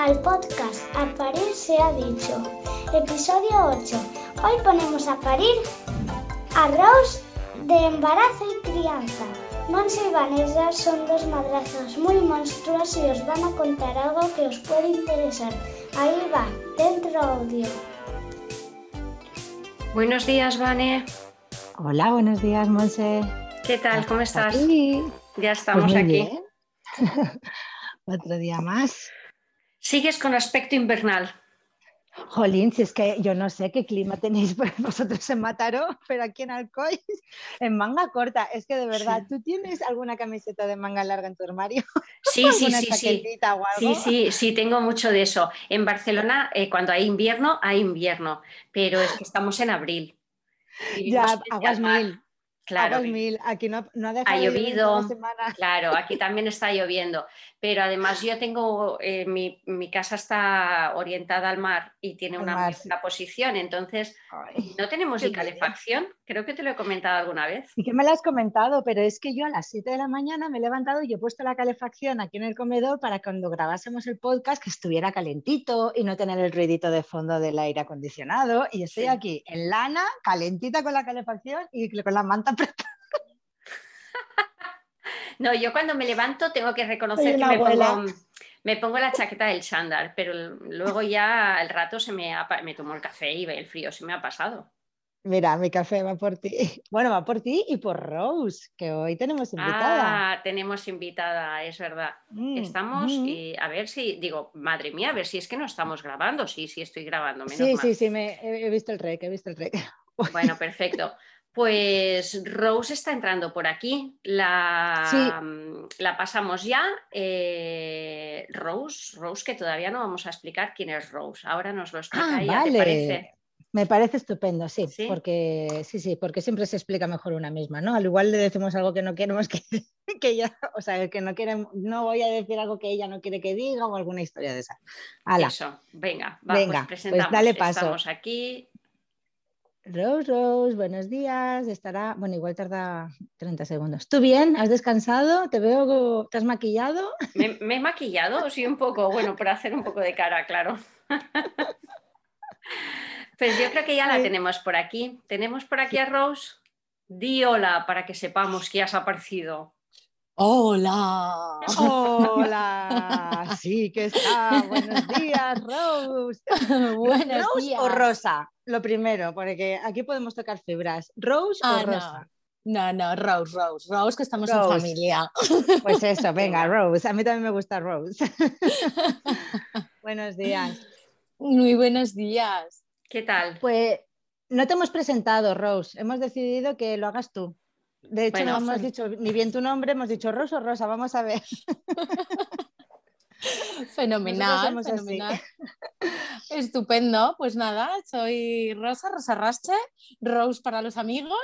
al podcast A Parir se ha dicho, episodio 8. Hoy ponemos a parir a Rose de embarazo y crianza. Monse y Vanessa son dos madrazos muy monstruos y os van a contar algo que os puede interesar. Ahí va, dentro audio. Buenos días, Vane. Hola, buenos días, Monse. ¿Qué tal? ¿Cómo estás? Aquí. Ya estamos Pues muy aquí. bien. Otro día más. Sigues con aspecto invernal. Jolín, si es que yo no sé qué clima tenéis vosotros en Mataró, pero aquí en Alcoy, en manga corta. Es que de verdad, Sí. ¿tú tienes alguna camiseta de manga larga en tu armario? Sí, ¿Alguna chaquetita o algo? Sí, tengo mucho de eso. En Barcelona, cuando hay invierno, pero es que estamos en abril. Vivimos Ya, frente al mar. Claro, aguas mil. Aquí no ha ha dejado de llover en toda la llovido, semana. claro, aquí también está lloviendo, pero además yo tengo, mi casa está orientada al mar y tiene Al una muy mar, sí. buena posición, entonces Ay, no tenemos qué ni envidia. calefacción, creo que te lo he comentado alguna vez. Sí que me lo has comentado, pero es que yo a las 7 de la mañana me he levantado y he puesto la calefacción aquí en el comedor para cuando grabásemos el podcast que estuviera calentito y no tener el ruidito de fondo del aire acondicionado. Y estoy Sí. aquí en lana, calentita con la calefacción y con la manta apretada. No, yo cuando me levanto tengo que Soy reconocer que una abuela. me pongo la chaqueta del chándal, pero luego ya al rato me tomo el café y el frío se me ha pasado. Mira, mi café va por ti. Bueno, va por ti y por Rose, que hoy tenemos invitada. Ah, tenemos invitada, es verdad. Mm, Estamos mm. y a ver si, digo, madre mía, a ver si es que no estamos grabando. Sí, estoy grabando, menos Sí, mal. sí, sí, he visto el rec, he visto el rec. Bueno, perfecto. Pues Rose está entrando por aquí. La, Sí. la pasamos ya. Rose, que todavía no vamos a explicar quién es Rose. Ahora nos lo explica Ah, ella, ¿te vale. parece? Me parece estupendo, sí, Sí. porque siempre se explica mejor una misma, ¿no? Al igual le decimos algo que no queremos que ella, o sea, que no quiere, no voy a decir algo que ella no quiere que diga o alguna historia de esa. Hala, Eso, venga, va, pues venga, pues presentamos. dale paso. Estamos aquí. Rose, buenos días. Estará, bueno, igual tarda 30 segundos. ¿Tú bien? ¿Has descansado? ¿Te veo, te has maquillado? Me he maquillado, sí, un poco, bueno, para hacer un poco de cara, claro. Pues yo creo que ya la Ay, tenemos por aquí. ¿Tenemos por aquí sí. a Rose? Di hola para que sepamos que has aparecido. Hola. Hola, sí que está. Buenos días, Rose. Buenos ¿Rose o días. Rosa? Lo primero, porque aquí podemos tocar fibras. ¿Rose o No. Rosa? No, Rose, que estamos en Rose. familia. Pues eso, venga, Venga. Rose. A mí también me gusta Rose. Buenos días. Muy buenos días. ¿Qué tal? Pues no te hemos presentado, Rose. Hemos decidido que lo hagas tú. De hecho, no Bueno, hemos dicho ni bien tu nombre, hemos dicho Rose o Rosa. Vamos a ver. Nosotros Fenomenal, somos así. fenomenal. Estupendo. Pues nada, soy Rosa Rasche, Rose para los amigos.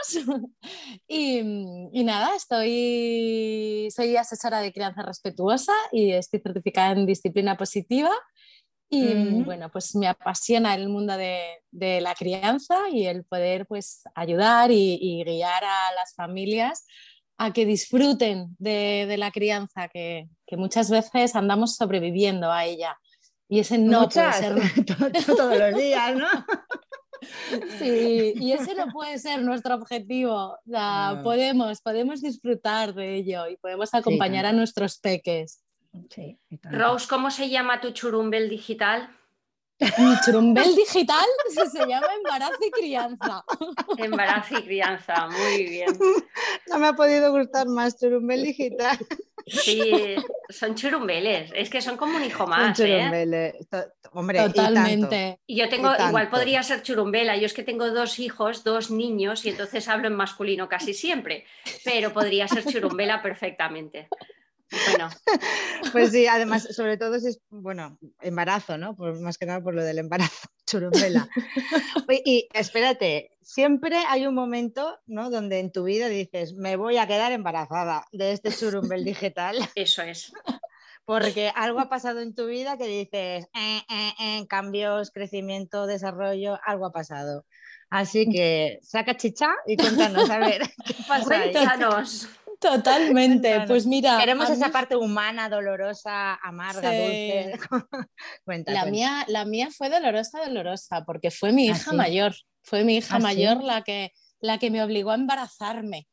Y nada, soy asesora de crianza respetuosa y estoy certificada en disciplina positiva. Y Mm. bueno, pues me apasiona el mundo de la crianza y el poder pues ayudar y guiar a las familias a que disfruten de la crianza, que muchas veces andamos sobreviviendo a ella. Y ese no puede Muchas, ser, todos los días, ¿no? sí, y ese no puede ser nuestro objetivo. O sea, No, podemos disfrutar de ello y podemos sí, acompañar a tanto. nuestros peques. Sí, y tanto. Rose, ¿cómo se llama tu churumbel digital? Mi churumbel digital se llama embarazo y crianza. Embarazo y crianza, muy bien. No me ha podido gustar más Churumbel Digital. Sí, son churumbeles, es que son como un hijo Son más, ¿eh? churumbeles. Hombre, y tanto, Totalmente. Y yo y tengo, igual tanto. podría ser churumbela, yo es que tengo dos hijos, dos niños, y entonces hablo en masculino casi siempre, pero podría ser churumbela perfectamente. Bueno, Pues sí, además, sobre todo si es, bueno, embarazo, ¿no? Más que nada por lo del embarazo, churumbela. Oye, y espérate, siempre hay un momento, ¿no? Donde en tu vida dices, me voy a quedar embarazada de este churumbel digital, eso es. porque algo ha pasado en tu vida que dices, cambios, crecimiento, desarrollo, algo ha pasado. Así que saca chicha y cuéntanos, a ver, ¿qué pasa ahí? Cuéntanos. Totalmente. Cuéntanos. Pues mira, Queremos a esa mí parte humana, dolorosa, amarga, dulce. sí. Cuenta, La cuenta. mía, la mía fue dolorosa, porque fue mi ¿Ah, hija sí? mayor. Fue mi hija ¿Ah, mayor sí? la que me obligó a embarazarme.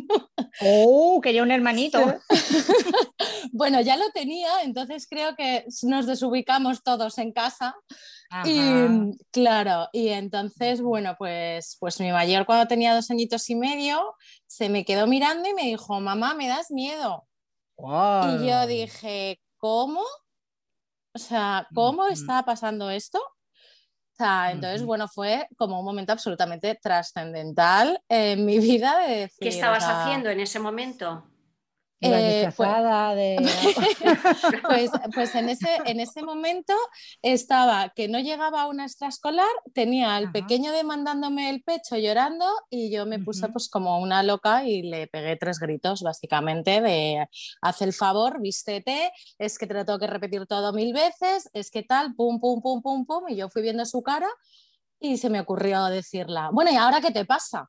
¡Oh, quería un Sí. hermanito! Bueno, ya lo tenía, entonces creo que nos desubicamos todos en casa. Y Ajá. claro, y entonces, bueno, pues mi mayor cuando tenía 2 añitos y medio se me quedó mirando y me dijo, mamá, me das miedo. Y yo ¡Wow! dije, ¿cómo? O sea, ¿cómo está pasando esto? O sea, entonces, bueno, fue como un momento absolutamente trascendental en mi vida de ¿Qué decir, o estabas sea, haciendo en ese momento? ¿Ibas pues, disfrazada de algo? pues en ese momento estaba que no llegaba a una extraescolar, tenía al Ajá. pequeño demandándome el pecho llorando y yo me puse Ujú. pues como una loca y le pegué 3 gritos básicamente de haz el favor, vístete, es que te lo tengo que repetir todo 1000 veces, es que tal, pum, pum, pum, pum, pum, y yo fui viendo su cara y se me ocurrió decirla, bueno, ¿y ahora qué te pasa?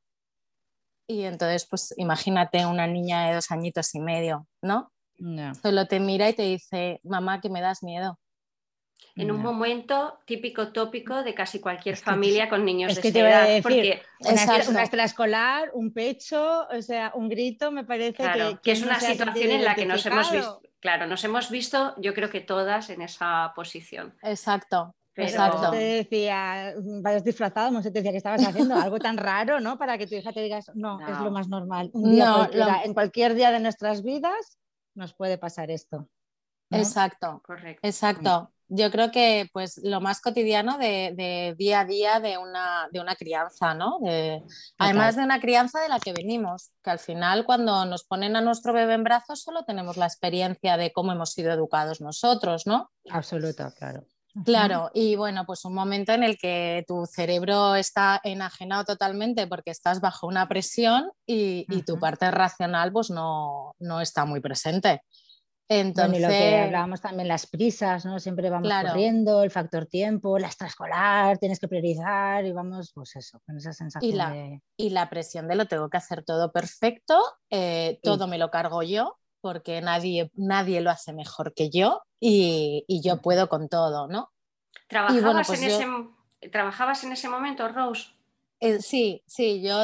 Y entonces, pues imagínate una niña de 2 añitos y medio, ¿no? No, Solo te mira y te dice, mamá, que me das miedo. En un no. momento típico tópico de casi cualquier Es que, familia con niños es de que esa te iba a edad, decir, porque una Exacto, extraescolar, un pecho, o sea, un grito, me parece que claro, que es ¿quién no una se ha situación sentido en la que nos hemos visto, identificado? claro, nos hemos visto, yo creo que todas en esa posición, exacto, Pero no se te pero exacto. decía, vayas disfrazado, no se te decía que estabas haciendo algo tan raro, ¿no? Para que tu hija te digas, no, es lo no. más normal. Un día No, cualquiera, en cualquier día de nuestras vidas nos puede pasar esto, ¿no? exacto, Correcto. Mm, exacto. Yo creo que pues lo más cotidiano de día a día de una crianza, ¿no? Además total, de una crianza de la que venimos, que al final cuando nos ponen a nuestro bebé en brazos solo tenemos la experiencia de cómo hemos sido educados nosotros, ¿no? absoluto, claro. Ujú, Claro, y bueno, pues un momento en el que tu cerebro está enajenado totalmente porque estás bajo una presión y tu ujú. parte racional pues no está muy presente. Bueno, y lo que Entonces, hablábamos también, las prisas, ¿no? Siempre vamos claro, corriendo, el factor tiempo, la extraescolar, tienes que priorizar y vamos, pues eso, con esa y sensación la, de... y la presión de lo tengo que hacer todo perfecto, Sí. todo me lo cargo yo porque nadie lo hace mejor que yo y yo Ujú. puedo con todo, ¿no? Y bueno, ¿Trabajabas pues en yo trabajabas en ese momento, Rose? Sí, sí, yo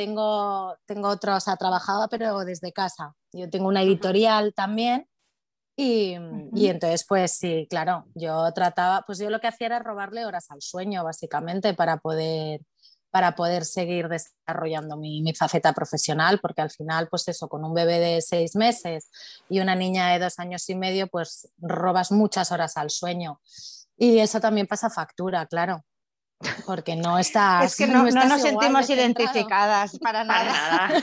tengo otro, o sea, trabajaba pero desde casa. Yo tengo una Ujú. editorial también y Ujú. entonces pues sí, claro, yo trataba, pues yo lo que hacía era robarle horas al sueño básicamente para poder seguir desarrollando mi faceta profesional, porque al final pues eso, con un bebé de 6 meses y una niña de 2 años y medio, pues robas muchas horas al sueño. Y eso también pasa factura, claro porque no Es estás, que no no estás nos igual de sentimos centrado. identificadas para Para nada. nada.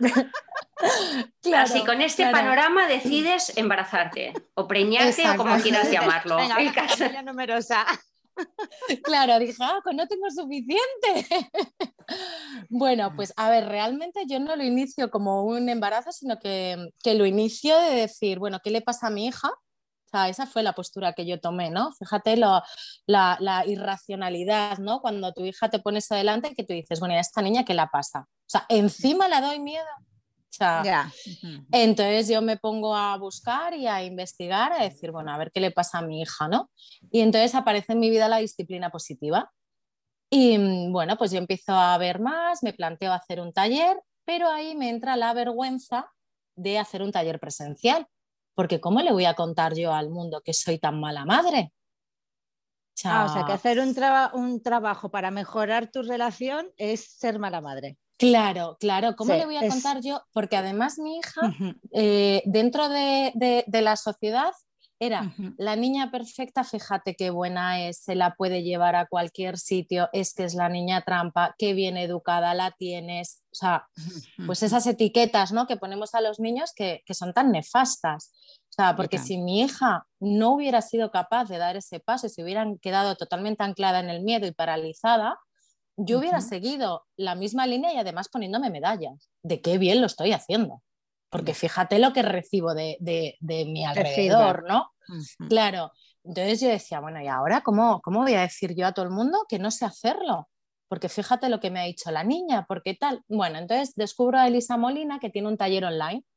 Así, Claro, con este claro, panorama decides embarazarte o preñarte o exacto. como quieras Dices, llamarlo. venga, El caso... familia numerosa. Claro, dije, pues no tengo suficiente. Bueno, pues a ver, realmente yo no lo inicio como un embarazo, sino que lo inicio de decir, bueno, ¿qué le pasa a mi hija? O sea, esa fue la postura que yo tomé, ¿no? Fíjate la irracionalidad, ¿no? Cuando tu hija te pone eso delante y que tú dices, bueno, ¿y a esta niña qué la pasa? O sea, encima la doy miedo. O sea, Ya. Ujú. entonces yo me pongo a buscar y a investigar, a decir, bueno, a ver qué le pasa a mi hija, ¿no? Y entonces aparece en mi vida la disciplina positiva. Y bueno, pues yo empiezo a ver más, me planteo hacer un taller, pero ahí me entra la vergüenza de hacer un taller presencial, porque ¿cómo le voy a contar yo al mundo que soy tan mala madre? O Ah, o sea, que sea, hacer un trabajo para mejorar tu relación es ser mala madre. claro, claro, ¿cómo Sí, le voy a es... contar yo? Porque además mi hija, Ujú, dentro de la sociedad, era ujú, la niña perfecta, fíjate qué buena es, se la puede llevar a cualquier sitio, es que es la niña trampa, qué bien educada la tienes. O sea, pues ujú. esas etiquetas, ¿no? que ponemos a los niños que son tan nefastas. O sea, Y porque tanto. si mi hija no hubiera sido capaz de dar ese paso y se hubieran quedado totalmente anclada en el miedo y paralizada, yo hubiera Ujú. seguido la misma línea y además poniéndome medallas de qué bien lo estoy haciendo. Porque Ya. fíjate lo que recibo de mi De feedback. alrededor, ¿no? Ujú. Claro. Entonces yo decía, bueno, ¿y ahora cómo voy a decir yo a todo el mundo que no sé hacerlo? Porque fíjate lo que me ha dicho la niña, porque tal. Bueno, entonces descubro a Elisa Molina que tiene un taller online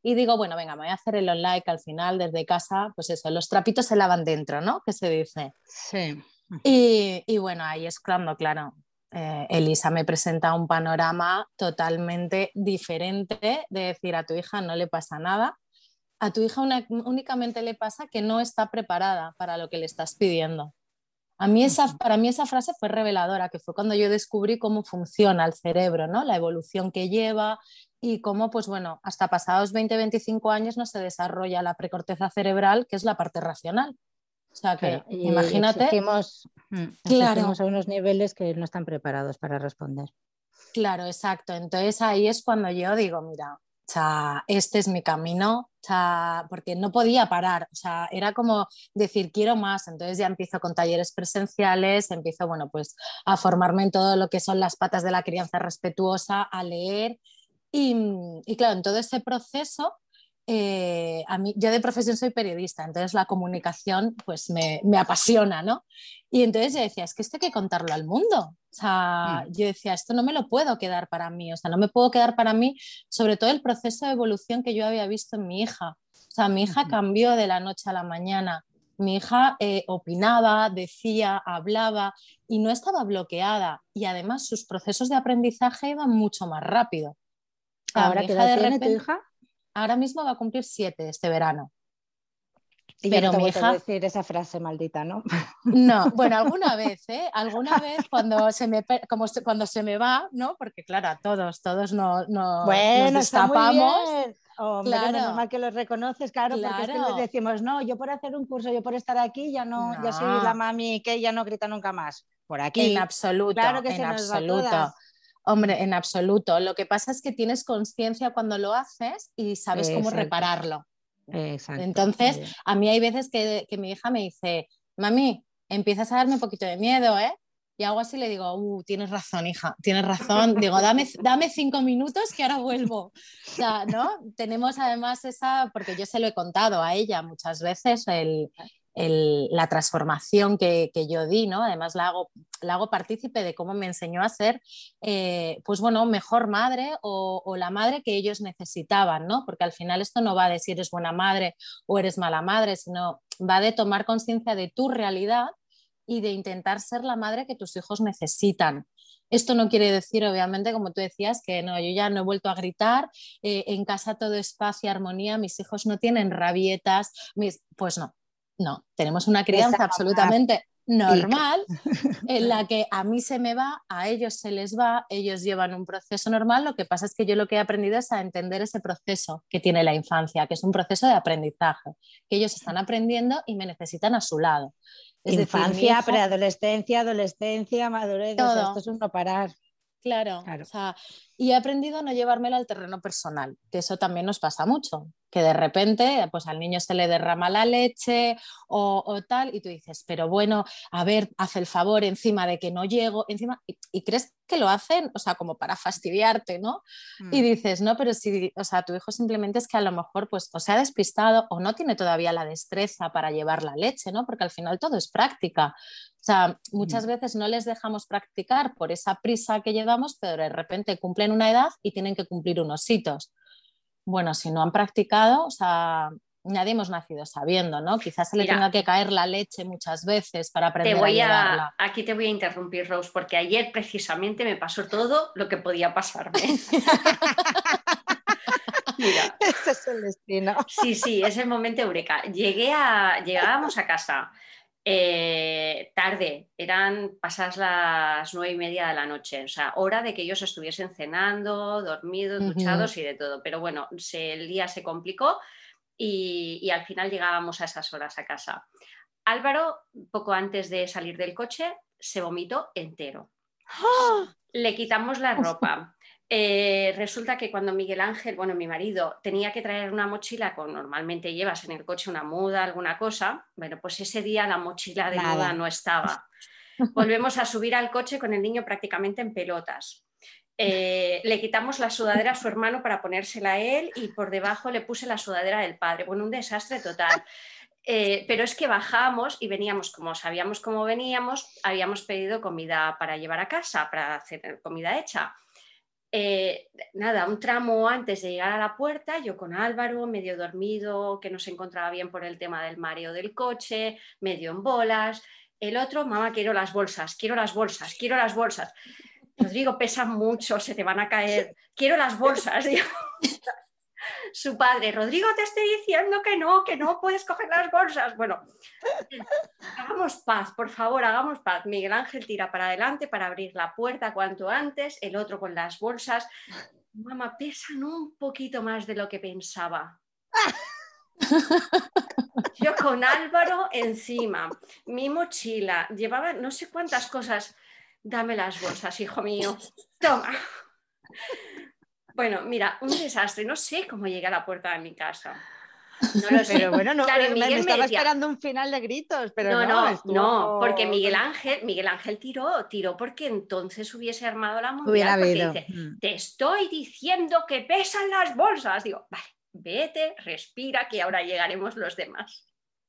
y digo, bueno, venga, me voy a hacer el online, que al final desde casa, pues eso, los trapitos se lavan dentro, ¿no? Que se dice. Sí. Y bueno, ahí es cuando, claro, Elisa me presenta un panorama totalmente diferente de decir a tu hija no le pasa nada, a tu hija únicamente le pasa que no está preparada para lo que le estás pidiendo. Para mí esa frase fue reveladora, que fue cuando yo descubrí cómo funciona el cerebro, ¿no? La evolución que lleva y cómo, pues bueno, hasta pasados 20-25 años no se desarrolla la precorteza cerebral, que es la parte racional. O sea que, Claro, y imagínate, exigimos claro, a unos niveles que no están preparados para responder. claro, exacto. Entonces ahí es cuando yo digo, mira, o sea, este es mi camino, o sea, porque no podía parar, o sea, era como decir, quiero más, entonces ya empiezo con talleres presenciales, empiezo, bueno, pues a formarme en todo lo que son las patas de la crianza respetuosa, a leer y claro, en todo ese proceso, a mí, yo de profesión soy periodista, entonces la comunicación pues me apasiona, ¿no? Y entonces yo decía, es que esto hay que contarlo al mundo. O sea, yo decía, esto no me lo puedo quedar para mí, o sea, no me puedo quedar para mí, sobre todo el proceso de evolución que yo había visto en mi hija. O sea, mi hija cambió de la noche a la mañana. Mi hija opinaba, decía, hablaba y no estaba bloqueada. Y además sus procesos de aprendizaje iban mucho más rápido. O sea, ¿Ahora mi qué hija edad de tiene tu repente, hija? ahora mismo va a cumplir 7 este verano. Y ya no Pero te ha mi vuelto a hija, decir esa frase maldita, ¿no? no, bueno, alguna vez, ¿eh? Alguna vez cuando cuando se me va, ¿no? Porque claro, a todos nos Bueno, está muy destapamos, bien. Hombre, menos claro, mal que lo reconoces, claro, porque es que les claro, decimos, no, yo por hacer un curso, yo por estar aquí, ya no, ya soy la no, mami que ya no grita nunca más. Por en aquí, claro absoluto, que en se nos va absoluto. todas. Hombre, en absoluto. Lo que pasa es que tienes conciencia cuando lo haces y sabes cómo Exacto, repararlo. exacto. Muy Entonces, bien. a mí hay veces que mi hija me dice, mami, empiezas a darme un poquito de miedo, ¿eh? Y algo así le digo, tienes razón, hija, tienes razón. Digo, dame 5 minutos que ahora vuelvo. O sea, ¿no? Tenemos además esa, porque yo se lo he contado a ella muchas veces, la transformación que yo di, ¿no? Además la hago partícipe de cómo me enseñó a ser, pues bueno, mejor madre o la madre que ellos necesitaban, ¿no? Porque al final esto no va de si eres buena madre o eres mala madre, sino va de tomar conciencia de tu realidad y de intentar ser la madre que tus hijos necesitan. Esto no quiere decir, obviamente, como tú decías, que no, yo ya no he vuelto a gritar, en casa todo es paz y armonía, mis hijos no tienen rabietas, pues no, no, tenemos una Esa crianza mamá absolutamente pica. normal en la que a mí se me va, a ellos se les va, ellos llevan un proceso normal, lo que pasa es que yo lo que he aprendido es a entender ese proceso que tiene la infancia, que es un proceso de aprendizaje, que ellos están aprendiendo y me necesitan a su lado. Es decir, mi Infancia, hijo, preadolescencia, adolescencia, madurez, o sea, esto todo, es un no parar. claro, o Claro. sea, y he aprendido a no llevármelo al terreno personal, que eso también nos pasa mucho, que de repente pues al niño se le derrama la leche o tal, y tú dices, pero bueno, a ver, haz el favor encima de que no llego, encima, y crees que lo hacen, o sea, como para fastidiarte, ¿no? Y Mm. dices, no, pero si, o sea, tu hijo simplemente es que a lo mejor pues o se ha despistado o no tiene todavía la destreza para llevar la leche, ¿no? Porque al final todo es práctica. O sea, muchas veces no les dejamos practicar por esa prisa que llevamos, pero de repente cumplen una edad y tienen que cumplir unos hitos. Bueno, si no han practicado, o sea, nadie hemos nacido sabiendo, ¿no? Quizás se le Mira, tenga que caer la leche muchas veces para aprender a llevarla. aquí te voy a interrumpir, Rose, porque ayer precisamente me pasó todo lo que podía pasarme. Mira, Este es el destino. sí, sí, es el momento eureka. Llegábamos a casa tarde, eran pasadas las 9:30 de la noche, o sea, hora de que ellos estuviesen cenando, dormidos, Ujú. duchados y de todo. Pero bueno, el día se complicó y al final llegábamos a esas horas a casa. Álvaro, poco antes de salir del coche, se vomitó entero. ¡Ah! Le quitamos la ropa. Resulta que cuando Miguel Ángel, bueno, mi marido, tenía que traer una mochila, como normalmente llevas en el coche una muda, alguna cosa, bueno, pues ese día la mochila de muda Nada. no estaba. Volvemos a subir al coche con el niño prácticamente en pelotas. Le quitamos la sudadera a su hermano para ponérsela a él y por debajo le puse la sudadera del padre. Bueno, un desastre total. Pero es que bajamos y veníamos, como sabíamos cómo veníamos, habíamos pedido comida para llevar a casa, para hacer comida hecha. nada, un tramo antes de llegar a la puerta, yo con Álvaro, medio dormido, que no se encontraba bien por el tema del mareo del coche, medio en bolas. El otro, mamá, quiero las bolsas, quiero las bolsas, quiero las bolsas. Rodrigo, pesa mucho, se te van a caer. Quiero las bolsas. Digo. Su padre, Rodrigo, te estoy diciendo que no puedes coger las bolsas. Bueno, hagamos paz, por favor, hagamos paz. Miguel Ángel tira para adelante para abrir la puerta cuanto antes, el otro con las bolsas. Mamá, pesan un poquito más de lo que pensaba. Yo con Álvaro encima, mi mochila, llevaba no sé cuántas cosas. Dame las bolsas, hijo mío. Toma. Bueno, mira, un desastre. No sé cómo llegué a la puerta de mi casa. No lo sé. Pero bueno, no, claro, me estaba esperando un final de gritos, pero no, porque Miguel Ángel tiró porque entonces hubiese armado la mundial, porque dice, te estoy diciendo que pesan las bolsas. Digo, vale, vete, respira, que ahora llegaremos los demás.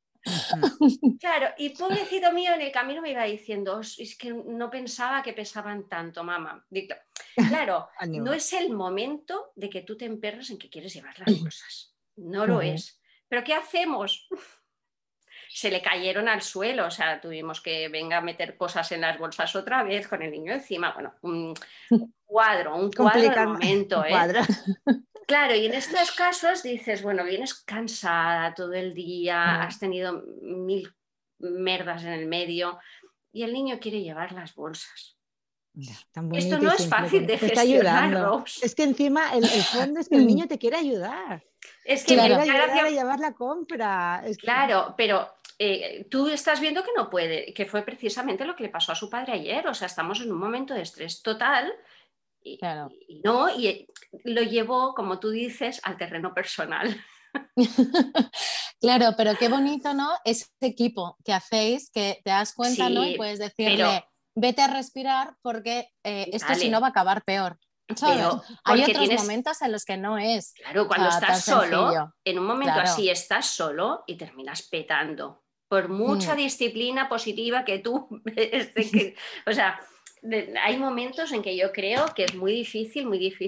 Claro, y pobrecito mío en el camino me iba diciendo, es que no pensaba que pesaban tanto, mamá. Digo, claro, no es el momento de que tú te emperres en que quieres llevar las bolsas. No lo es. ¿Pero qué hacemos? Se le cayeron al suelo, o sea, tuvimos que venga a meter cosas en las bolsas otra vez con el niño encima. Bueno, un cuadro al momento, ¿eh? Cuadro. Claro, y en estos casos dices, bueno, vienes cansada todo el día, has tenido 1000 merdas en el medio y el niño quiere llevar las bolsas. Esto no es fácil de gestionar, Rose. Es que encima el fondo es que el niño te quiere ayudar. Es que te quiere ayudar a llevar la compra. Claro, pero tú estás viendo que no puede, que fue precisamente lo que le pasó a su padre ayer. O sea, estamos en un momento de estrés total. Y lo llevó, como tú dices, al terreno personal. Claro, pero qué bonito, ¿no? Ese equipo que hacéis, que te das cuenta, ¿no? Y puedes decirle, vete a respirar porque esto si no va a acabar peor. ¿Sabes? Hay otros momentos en los que no es. Claro, cuando estás solo, sencillo. en un momento así estás solo y terminas petando. Por mucha disciplina positiva que tú... o sea... Hay momentos en que yo creo que es muy difícil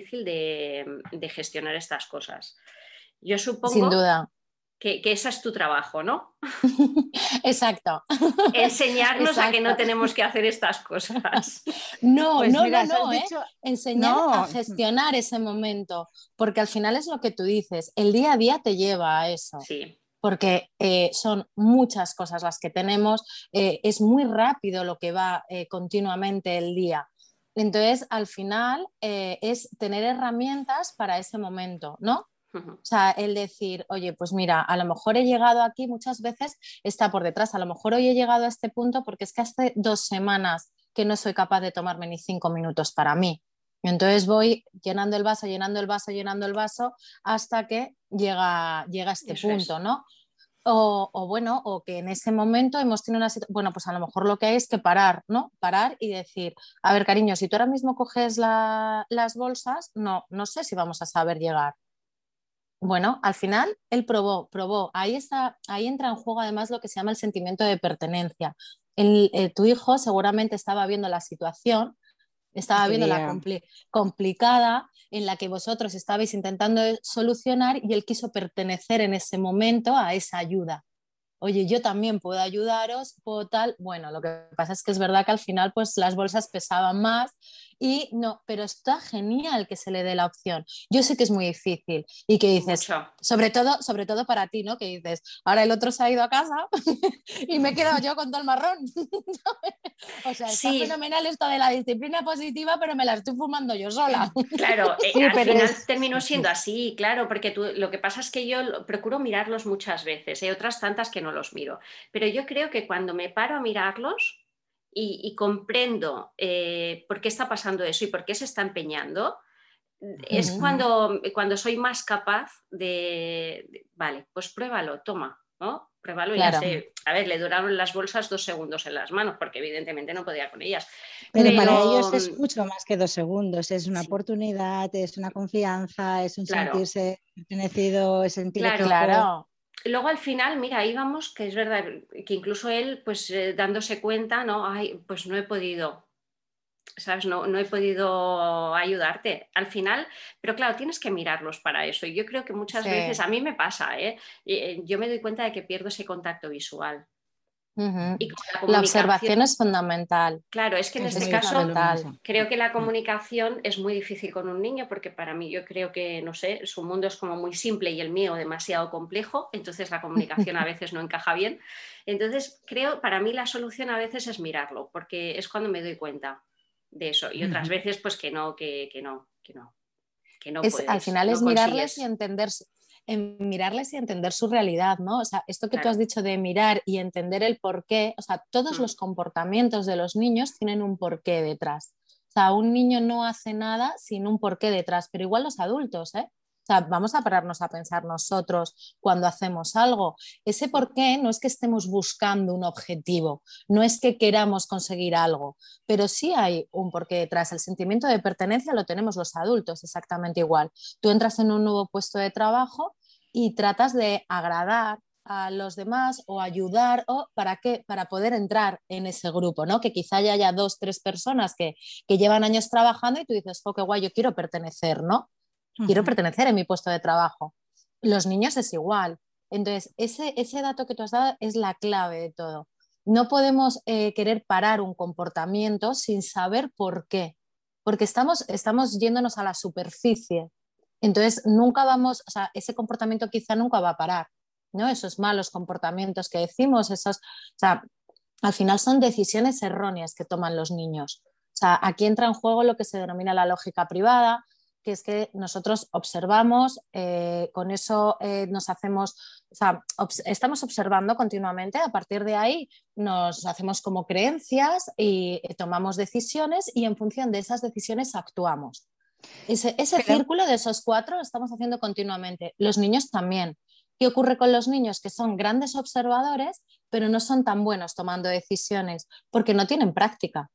de gestionar estas cosas. Yo supongo Sin duda. Que ese es tu trabajo, ¿no? Exacto. Enseñarnos a que no tenemos que hacer estas cosas. No, enseñar a gestionar ese momento, porque al final es lo que tú dices, el día a día te lleva a eso. Sí. Porque son muchas cosas las que tenemos, es muy rápido lo que va continuamente el día. Entonces, al final es tener herramientas para ese momento, ¿no? O sea, el decir, oye, pues mira, a lo mejor he llegado aquí, muchas veces está por detrás, a lo mejor hoy he llegado a este punto porque es que hace 2 semanas que no soy capaz de tomarme ni 5 minutos para mí. Entonces voy llenando el vaso hasta que llega este punto, ¿no? O que en ese momento hemos tenido una situación, bueno, pues a lo mejor lo que hay es que parar, ¿no? Parar y decir, a ver, cariño, si tú ahora mismo coges las bolsas, no sé si vamos a saber llegar. Bueno, al final él probó. Ahí entra en juego además lo que se llama el sentimiento de pertenencia. Tu hijo seguramente estaba viendo la situación, estaba viendo la complicada en la que vosotros estabais intentando solucionar y él quiso pertenecer en ese momento a esa ayuda. Oye, yo también puedo ayudaros, puedo tal. Bueno, lo que pasa es que es verdad que al final pues las bolsas pesaban más y no, pero está genial que se le dé la opción. Yo sé que es muy difícil y que dices, sobre todo para ti, ¿no? Que dices, ahora el otro se ha ido a casa y me he quedado yo con todo el marrón. O sea, está fenomenal esto de la disciplina positiva, pero me la estoy fumando yo sola. Claro, al final terminó siendo así, claro, porque lo que pasa es que yo procuro mirarlos muchas veces, hay otras tantas que no los miro, pero yo creo que cuando me paro a mirarlos y comprendo por qué está pasando eso y por qué se está empeñando, es cuando soy más capaz vale, pues pruébalo, toma, ¿no? Pruébalo y ya sé. A ver, le duraron las bolsas 2 segundos en las manos porque evidentemente no podía con ellas. Pero para ellos es mucho más que 2 segundos, es una oportunidad, es una confianza, es un sentirse pertenecido, es sentir Claro. Luego al final, mira, ahí vamos, que es verdad que incluso él, pues dándose cuenta, ¿no? Ay, pues no he podido. ¿sabes? No he podido ayudarte al final, pero claro, tienes que mirarlos para eso. Y yo creo que muchas veces, a mí me pasa, ¿eh? Yo me doy cuenta de que pierdo ese contacto visual. Uh-huh. Y como la La comunicación, observación es fundamental. claro, es que en Es este muy caso fundamental. creo que la comunicación es muy difícil con un niño porque para mí yo creo que, no sé, su mundo es como muy simple y el mío demasiado complejo, entonces la comunicación a veces no encaja bien. Entonces creo, para mí la solución a veces es mirarlo, porque es cuando me doy cuenta de eso y otras veces pues que no, que no Al puedes, final es no mirarles y consigues. entender, mirarles y entender su realidad, ¿no? O sea, esto que tú has Claro. dicho de mirar y entender el porqué, o sea, todos Mm. los comportamientos de los niños tienen un porqué detrás. O sea, un niño no hace nada sin un porqué detrás, pero igual los adultos, ¿eh? O sea, vamos a pararnos a pensar nosotros cuando hacemos algo. Ese porqué no es que estemos buscando un objetivo, no es que queramos conseguir algo, pero sí hay un porqué detrás. El sentimiento de pertenencia lo tenemos los adultos exactamente igual. Tú entras en un nuevo puesto de trabajo y tratas de agradar a los demás o ayudar o para qué, para poder entrar en ese grupo, ¿no? Que quizá ya haya 2, 3 personas que llevan años trabajando y tú dices, oh, qué guay, yo quiero pertenecer, ¿no? Quiero pertenecer en mi puesto de trabajo. Los niños es igual. Entonces, ese dato que tú has dado es la clave de todo. No podemos querer parar un comportamiento sin saber por qué, porque estamos yéndonos a la superficie. Entonces, nunca vamos, o sea, ese comportamiento quizá nunca va a parar, ¿no? Esos malos comportamientos que decimos, o sea, al final son decisiones erróneas que toman los niños. O sea, aquí entra en juego lo que se denomina la lógica privada, que es que nosotros observamos, con eso nos hacemos, o sea, estamos observando continuamente, a partir de ahí nos hacemos como creencias y tomamos decisiones y en función de esas decisiones actuamos. Ese Pero, círculo de esos 4 lo estamos haciendo continuamente. Los niños también. ¿Qué ocurre con los niños que son grandes observadores, pero no son tan buenos tomando decisiones? Porque no tienen práctica.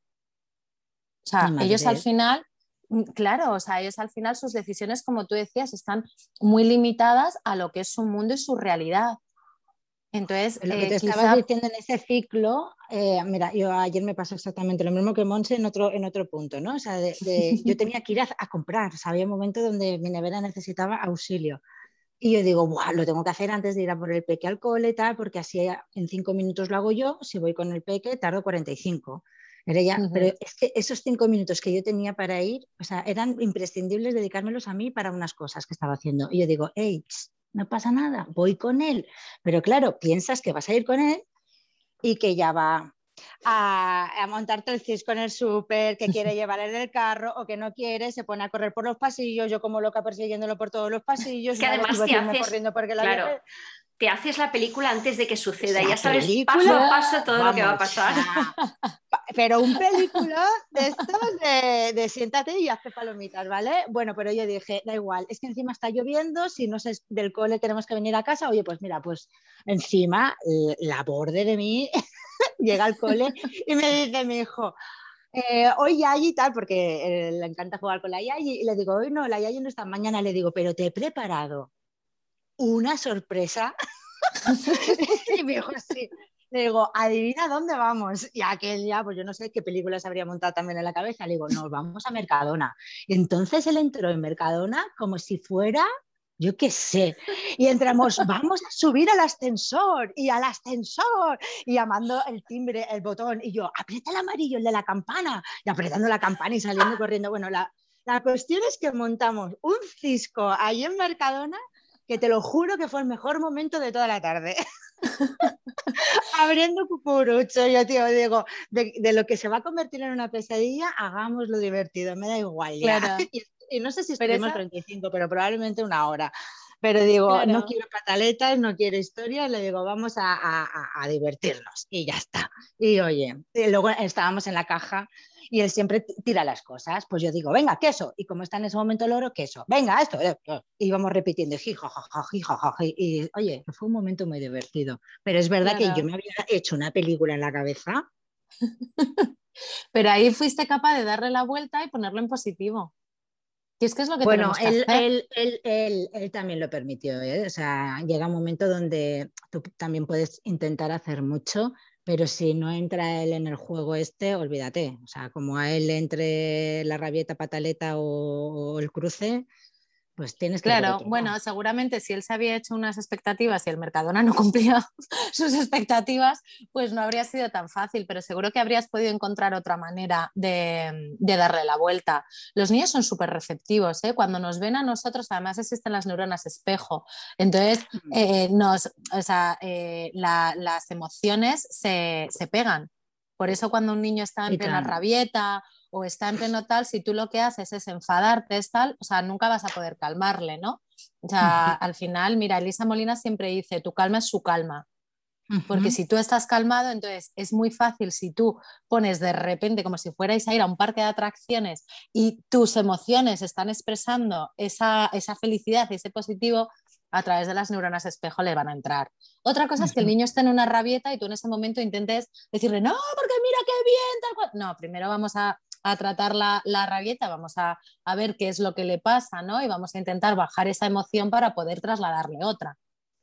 O mi sea, ellos al madre, final, claro, o sea, ellos al final sus decisiones, como tú decías, están muy limitadas a lo que es su mundo y su realidad. Entonces, lo que te estabas quizá, diciendo en ese ciclo, mira, yo ayer me pasó exactamente lo mismo que Monse en otro punto, ¿no? O sea, yo tenía que ir a comprar, o sea, había un momento donde mi nevera necesitaba auxilio. Y yo digo, "Buah, lo tengo que hacer antes de ir a por el peque al cole, y tal, porque así en 5 minutos lo hago yo, si voy con el peque tardo 45. Era ya, pero es que esos 5 minutos que yo tenía para ir, o sea, eran imprescindibles dedicármelos a mí para unas cosas que estaba haciendo. Y yo digo, hey, no pasa nada, voy con él. Pero claro, piensas que vas a ir con él y que ya va a montarte el cis con el súper, que quiere llevar en el carro o que no quiere, se pone a correr por los pasillos, yo como loca persiguiéndolo por todos los Es pasillos, que una vez además tuve te que irme haces, corriendo porque la claro, llevé. te haces la película antes de que suceda, ya La sabes paso película, a paso todo lo que va a vamos, pasar. pero un película de estos de siéntate y hazte palomitas, ¿vale? Bueno, pero yo dije, da igual, es que encima está lloviendo, si no sé del cole tenemos que venir a casa, oye, pues mira, pues encima la borde de mí llega al cole y me dice mi hijo, hoy Yayi y tal, porque le encanta jugar con la Yayi, y le digo, hoy no, la Yayi no está, mañana le digo, pero te he preparado una sorpresa. Y me dijo, sí. Le digo, adivina dónde vamos. Y aquel ya, pues yo no sé qué películas habría montado también en la cabeza. Le digo, nos vamos a Mercadona. Y entonces él entró en Mercadona como si fuera, yo qué sé. Y entramos, vamos a subir al ascensor y al ascensor. Y llamando el timbre, el botón. Y yo, aprieta el amarillo, el de la campana. Y apretando la campana y saliendo corriendo. Bueno, la cuestión es que montamos un cisco ahí en Mercadona que te lo juro que fue el mejor momento de toda la tarde. Abriendo cucurucho, yo tío, digo, de lo que se va a convertir en una pesadilla, hagámoslo divertido, me da igual ya. claro, Y no sé si pero estuvimos 35, pero probablemente una hora. Pero digo, no claro, quiero pataletas, no quiero historias, le digo, vamos a divertirnos y ya está. Y oye, y luego estábamos en la caja y él siempre tira las cosas. Pues yo digo, venga, queso. Y como está en ese momento el oro, queso. Venga, esto. Y íbamos repitiendo, y oye, fue un momento muy divertido. Pero es verdad que yo claro. me había hecho una película en la cabeza. Pero ahí fuiste capaz de darle la vuelta y ponerlo en positivo. Y es que es lo que Bueno, tenemos que hacer. él también lo permitió, ¿eh? O sea, llega un momento donde tú también puedes intentar hacer mucho, Pero si no entra él en el juego este, olvídate. O sea, como a él le entre la rabieta, pataleta o el cruce, pues tienes que ir por Claro, otro lado. bueno, seguramente si él se había hecho unas expectativas y el Mercadona no cumplía sus expectativas, pues no habría sido tan fácil, pero seguro que habrías podido encontrar otra manera de darle la vuelta. Los niños son súper receptivos, ¿eh? Cuando nos ven a nosotros, además existen las neuronas espejo, entonces las emociones se pegan. Por eso cuando un niño está en Y plena claro. rabieta o está en pleno tal, si tú lo que haces es enfadarte, es tal, o sea, nunca vas a poder calmarle, ¿no? O sea, al final, mira, Elisa Molina siempre dice, tu calma es su calma, porque si tú estás calmado, entonces es muy fácil si tú pones de repente como si fuerais a ir a un parque de atracciones y tus emociones están expresando esa felicidad y ese positivo, a través de las neuronas espejo le van a entrar. Otra cosa es que el niño esté en una rabieta y tú en ese momento intentes decirle, no, porque mira qué bien, tal cual. No, primero vamos a tratar la rabieta, vamos a ver qué es lo que le pasa, ¿no? Y vamos a intentar bajar esa emoción para poder trasladarle otra.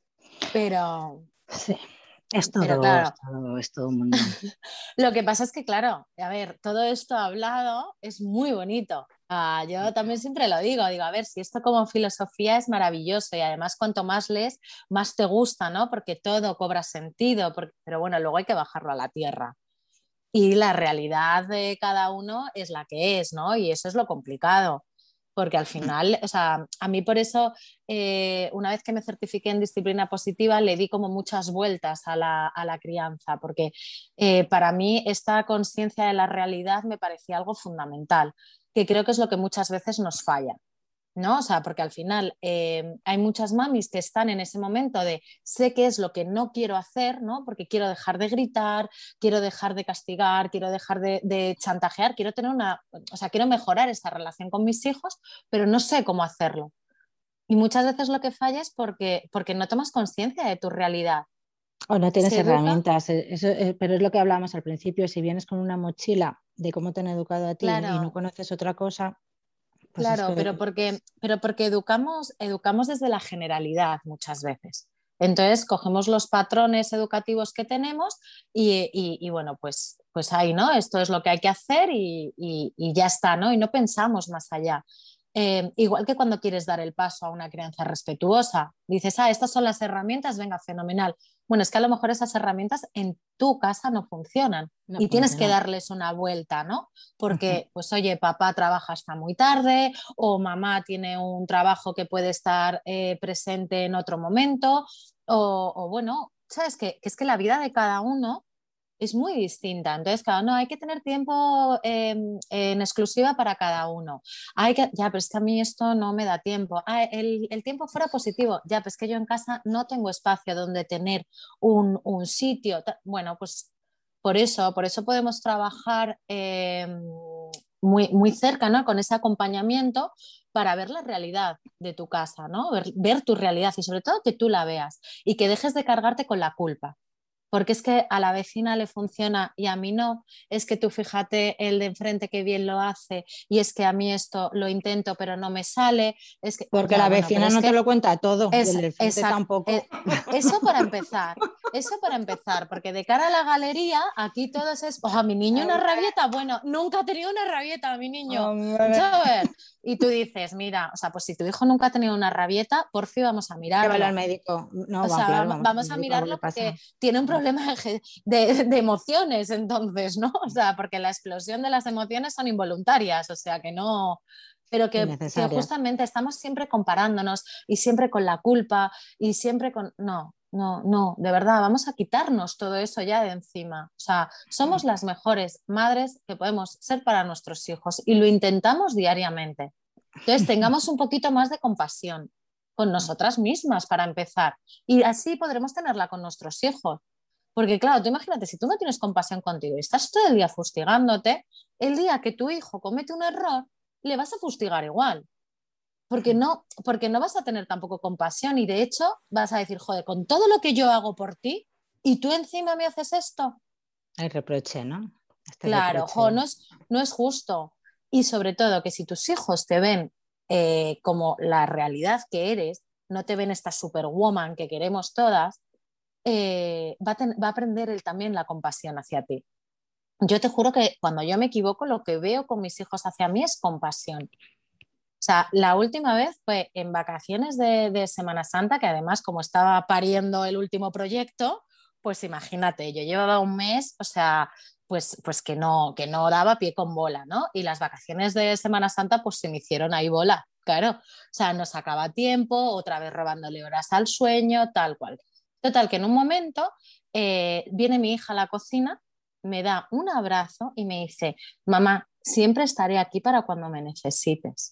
Pero, Sí, pero claro, es todo un mundo. lo que pasa es que, claro, a ver, todo esto hablado es muy bonito. Yo también siempre lo digo, a ver, si esto como filosofía es maravilloso y además cuanto más lees, más te gusta, ¿no? Porque todo cobra sentido, pero bueno, luego hay que bajarlo a la tierra. Y la realidad de cada uno es la que es, ¿no? Y eso es lo complicado, porque al final, o sea, a mí por eso, una vez que me certifiqué en disciplina positiva, le di como muchas vueltas a la crianza, porque para mí esta conciencia de la realidad me parecía algo fundamental, que creo que es lo que muchas veces nos falla. ¿No? O sea, porque al final hay muchas mamis que están en ese momento de sé qué es lo que no quiero hacer, ¿no? Porque quiero dejar de gritar, quiero dejar de castigar, quiero dejar de chantajear, quiero tener o sea, quiero mejorar esa relación con mis hijos, pero no sé cómo hacerlo. Y muchas veces lo que falla es porque no tomas conciencia de tu realidad. O no tienes Se educa, herramientas, pero es lo que hablábamos al principio, si vienes con una mochila de cómo te han educado a ti y no claro. conoces otra cosa, pues es Claro, que... pero porque educamos desde la generalidad muchas veces. Entonces, cogemos los patrones educativos que tenemos y bueno, pues ahí, ¿no? Esto es lo que hay que hacer y ya está, ¿no? Y no pensamos más allá. Igual que cuando quieres dar el paso a una crianza respetuosa, dices, estas son las herramientas, venga, fenomenal. Bueno, es que a lo mejor esas herramientas en tu casa no funcionan No y tienes que funciona. darles una vuelta, ¿no? Porque, pues oye, papá trabaja hasta muy tarde o mamá tiene un trabajo que puede estar presente en otro momento o bueno, sabes que es que la vida de cada uno es muy distinta. Entonces, cada uno hay que tener tiempo en exclusiva para cada uno. Ya, pero es que a mí esto no me da tiempo. El tiempo fuera positivo. Ya, pero es que yo en casa no tengo espacio donde tener un sitio. Bueno, pues por eso podemos trabajar muy cerca, ¿no? Con ese acompañamiento para ver la realidad de tu casa, ¿no? Ver tu realidad y sobre todo que tú la veas y que dejes de cargarte con la culpa porque es que a la vecina le funciona y a mí no, es que tú fíjate el de enfrente que bien lo hace y es que a mí esto lo intento pero no me sale, es que Porque ya la bueno, pero vecina es no te que lo cuenta todo y el es del frente exacto, tampoco. eso para empezar, porque de cara a la galería aquí todos es, a mi niño una rabieta, bueno, nunca ha tenido una rabieta mi niño, Hombre, ¿sabes? Y tú dices, mira, o sea, pues si tu hijo nunca ha tenido una rabieta, por fin vamos a llévalo al mirarlo. médico. No, O va, sea, claro, vamos al vamos a médico, algo le mirarlo porque pasa. tiene un problema de emociones, entonces, ¿no? O sea, porque la explosión de las emociones son involuntarias, o sea, que no, pero que Innecesarias. justamente estamos siempre comparándonos y siempre con la culpa y siempre con... No, no, no, de verdad, vamos a quitarnos todo eso ya de encima. O sea, somos las mejores madres que podemos ser para nuestros hijos y lo intentamos diariamente. Entonces, tengamos un poquito más de compasión con nosotras mismas para empezar. Y así podremos tenerla con nuestros hijos. Porque claro, tú imagínate, si tú no tienes compasión contigo y estás todo el día fustigándote, el día que tu hijo comete un error, le vas a fustigar igual. Porque no vas a tener tampoco compasión y de hecho vas a decir, joder, con todo lo que yo hago por ti y tú encima me haces esto. Hay reproche, ¿no? Este Claro, reproche. no es justo. Y sobre todo que si tus hijos te ven como la realidad que eres, no te ven esta superwoman que queremos todas, va a aprender él también la compasión hacia ti. Yo te juro que cuando yo me equivoco, lo que veo con mis hijos hacia mí es compasión. O sea, la última vez fue en vacaciones de Semana Santa, que además como estaba pariendo el último proyecto, pues imagínate, yo llevaba un mes, o sea, pues que no daba pie con bola, ¿no? Y las vacaciones de Semana Santa pues se me hicieron ahí bola, claro. O sea, no sacaba tiempo, otra vez robándole horas al sueño, tal cual. Total, que en un momento viene mi hija a la cocina, me da un abrazo y me dice, mamá, siempre estaré aquí para cuando me necesites.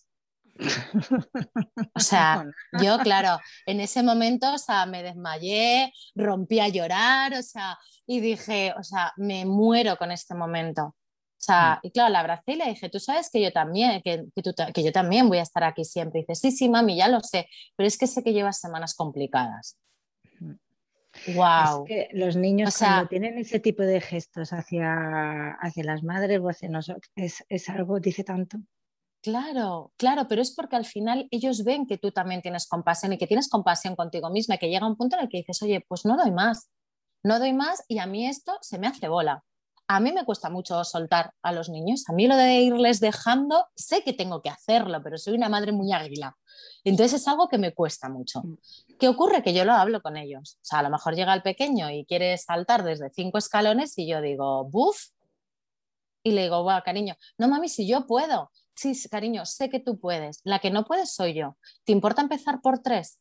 O sea, yo, claro, en ese momento, o sea, me desmayé, rompí a llorar, o sea, y dije, o sea, me muero con este momento. O sea, y claro, la abracé y le dije, tú sabes que yo también, que yo también voy a estar aquí siempre. Y dice, sí, sí, mami, ya lo sé, pero es que sé que llevas semanas complicadas. Wow. Es que los niños, O sea, cuando tienen ese tipo de gestos hacia las madres o hacia nosotros, es algo, dice tanto. claro, claro, pero es porque al final ellos ven que tú también tienes compasión y que tienes compasión contigo misma, y que llega un punto en el que dices, oye, pues no doy más y a mí esto se me hace bola. A mí me cuesta mucho soltar a los niños, a mí lo de irles dejando, sé que tengo que hacerlo, pero soy una madre muy águila. Entonces es algo que me cuesta mucho. ¿Qué ocurre? Que yo lo hablo con ellos. O sea, a lo mejor llega el pequeño y quiere saltar desde 5 escalones y yo digo, buf, y le digo, wow, cariño, no mami, si yo puedo. Sí, cariño, sé que tú puedes. La que no puedes soy yo. ¿Te importa empezar por 3?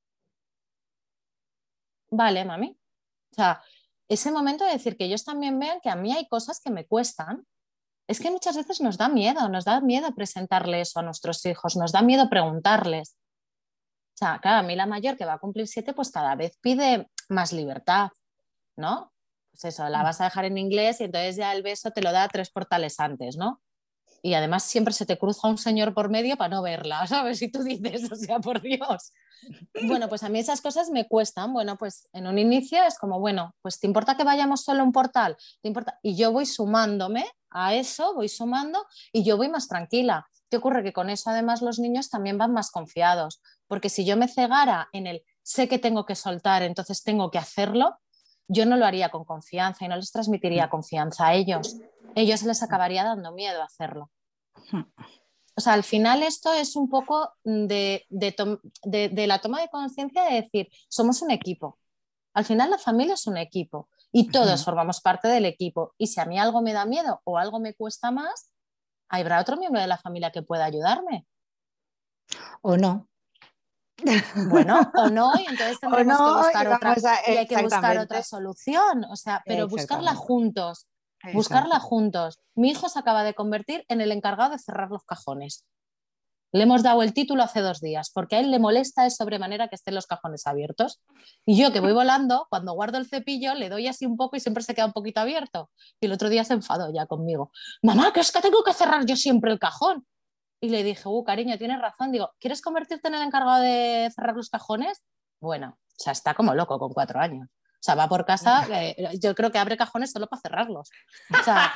Vale, mami. O sea, ese momento de decir que ellos también vean que a mí hay cosas que me cuestan. Es que muchas veces nos da miedo presentarle eso a nuestros hijos, nos da miedo preguntarles. O sea, claro, a mí la mayor que va a cumplir 7, pues cada vez pide más libertad, ¿no? Pues eso, la vas a dejar en inglés y entonces ya el beso te lo da 3 portales antes, ¿no? Y además siempre se te cruza un señor por medio para no verla, ¿sabes? Y tú dices, o sea, por Dios. Bueno, pues a mí esas cosas me cuestan. Bueno, pues en un inicio es como, bueno, pues ¿te importa que vayamos solo a un portal? ¿Te importa? Y yo voy sumándome a eso, voy sumando y yo voy más tranquila. ¿Qué ocurre? Que con eso además los niños también van más confiados, porque si yo me cegara en el sé que tengo que soltar, entonces tengo que hacerlo, yo no lo haría con confianza y no les transmitiría confianza a ellos. Ellos les acabaría dando miedo hacerlo. O sea, al final esto es un poco de la toma de conciencia de decir, somos un equipo. Al final la familia es un equipo y todos formamos parte del equipo. Y si a mí algo me da miedo o algo me cuesta más, habrá otro miembro de la familia que pueda ayudarme. O no. Bueno, o no, y entonces tendremos que buscar otra, y hay que buscar otra exactamente. solución, o sea, pero buscarla Exactamente. juntos, buscarla juntos. Mi hijo se acaba de convertir en el encargado de cerrar los cajones. Le hemos dado el título hace 2 días, porque a él le molesta de sobremanera que estén los cajones abiertos. Y yo que voy volando, cuando guardo el cepillo, le doy así un poco y siempre se queda un poquito abierto. Y el otro día se enfadó ya conmigo. Mamá, que es que tengo que cerrar yo siempre el cajón. Y le dije, cariño, tienes razón. Digo, ¿quieres convertirte en el encargado de cerrar los cajones? Bueno, o sea, está como loco con 4 años. O sea, va por casa, yo creo que abre cajones solo para cerrarlos. O sea...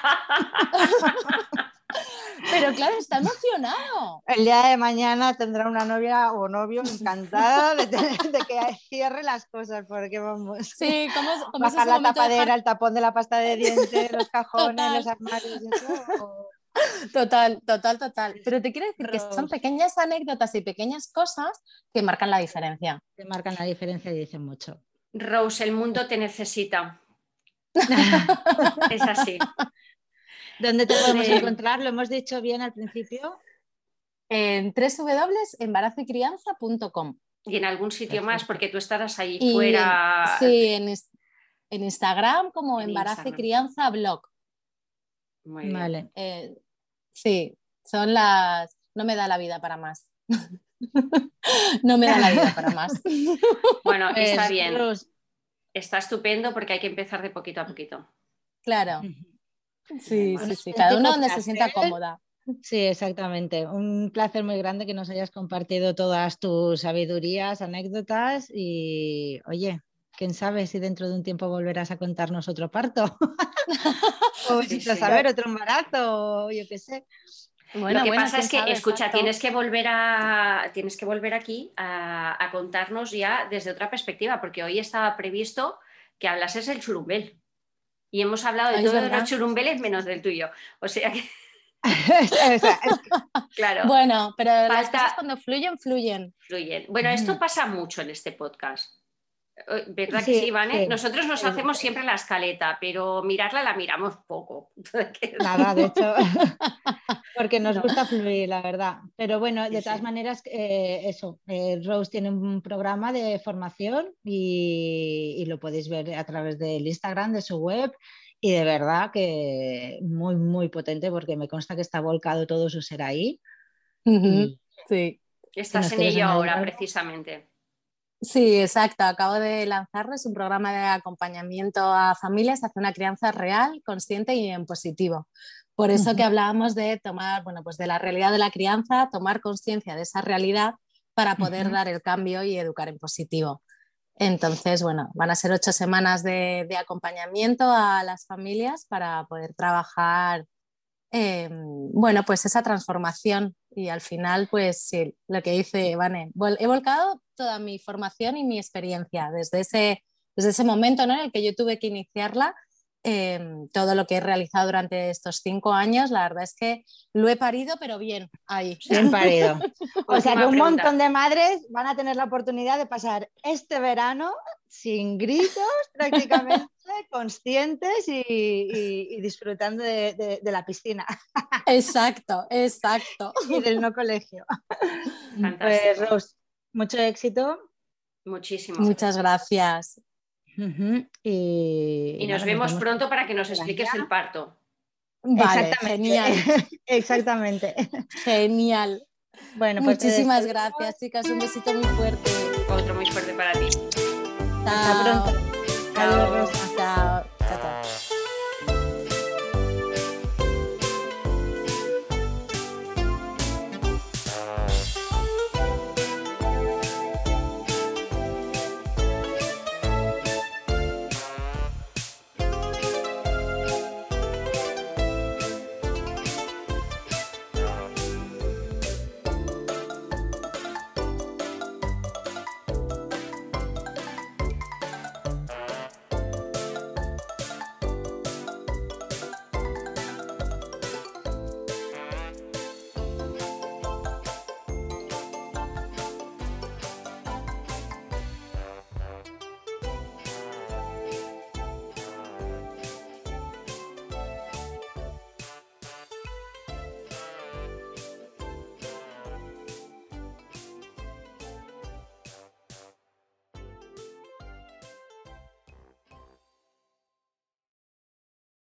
Pero claro, está emocionado. El día de mañana tendrá una novia o novio encantada de que cierre las cosas, porque vamos. Sí, ¿cómo es bajar ese la momento tapadera, dejar... el tapón de la pasta de dientes, los cajones, Total. los armarios, eso. Total. Pero te quiero decir que son pequeñas anécdotas y pequeñas cosas que marcan la diferencia. Que marcan la diferencia y dicen mucho. Rose, el mundo te necesita. Es así. ¿Dónde te podemos encontrar? ¿Lo hemos dicho bien al principio? En www.embarazoycrianza.com. Y en algún sitio Perfecto. más, porque tú estarás ahí Y fuera. en Instagram como En Embarazo y Instagram. Crianza Blog. Muy bien. Vale. Sí, son las... No me da la vida para más. No me da la vida para más. Bueno, está bien. Rose. Está estupendo porque hay que empezar de poquito a poquito. Claro. Sí. Bueno, Cada uno donde placer. se sienta cómoda. Sí, exactamente. Un placer muy grande que nos hayas compartido todas tus sabidurías, anécdotas y, oye, quién sabe si dentro de un tiempo volverás a contarnos otro parto o Sí, vete a sí. saber otro embarazo o yo qué sé. Lo que pasa es que, quién sabe, escucha, exacto. tienes que volver aquí a contarnos ya desde otra perspectiva, porque hoy estaba previsto que hablas es el churumbel. Y hemos hablado de Es todos verdad. los churumbeles menos del tuyo. O sea que, O sea, claro, Bueno, pero las Falta- cosas cuando fluyen, fluyen. fluyen. Bueno, esto pasa mucho en este podcast. ¿Verdad que Sí, sí, Vane? sí. Nosotros nos hacemos siempre la escaleta, pero mirarla la miramos poco. Nada, de hecho, porque nos No. gusta fluir, la verdad. Pero bueno, Sí, de todas sí. maneras, eso, Rose tiene un programa de formación y lo podéis ver a través del Instagram, de su web. Y de verdad que muy, muy potente porque me consta que está volcado todo su ser ahí. Ujú, sí. Estás nos en quieres ello añadir ahora, algo. precisamente. Sí, exacto. Acabo de lanzarlo. Es un programa de acompañamiento a familias hacia una crianza real, consciente y en positivo. Por eso que hablábamos de tomar, bueno, pues de la realidad de la crianza, tomar conciencia de esa realidad para poder dar el cambio y educar en positivo. Entonces, bueno, van a ser 8 semanas de acompañamiento a las familias para poder trabajar, bueno, pues esa transformación. Y al final, pues sí, lo que dice Vane, he volcado toda mi formación y mi experiencia desde ese momento, ¿no?, en el que yo tuve que iniciarla. Todo lo que he realizado durante estos 5 años, la verdad es que lo he parido, pero bien, ahí. Bien parido. O sea Última que un pregunta. montón de madres van a tener la oportunidad de pasar este verano sin gritos, prácticamente conscientes y disfrutando de la piscina Exacto, exacto. y del no colegio. Fantástico. Pues Rose, mucho éxito. Muchísimo. Muchas gracias. Y nos nada, vemos vemos pronto para que nos por expliques allá. el parto. Vale, Exactamente. genial, Exactamente. genial. Bueno, pues te Muchísimas despedimos. gracias, chicas. Un besito muy fuerte. Otro muy fuerte para ti. Hasta pronto. Chao. Adiós, Rosa. Chao.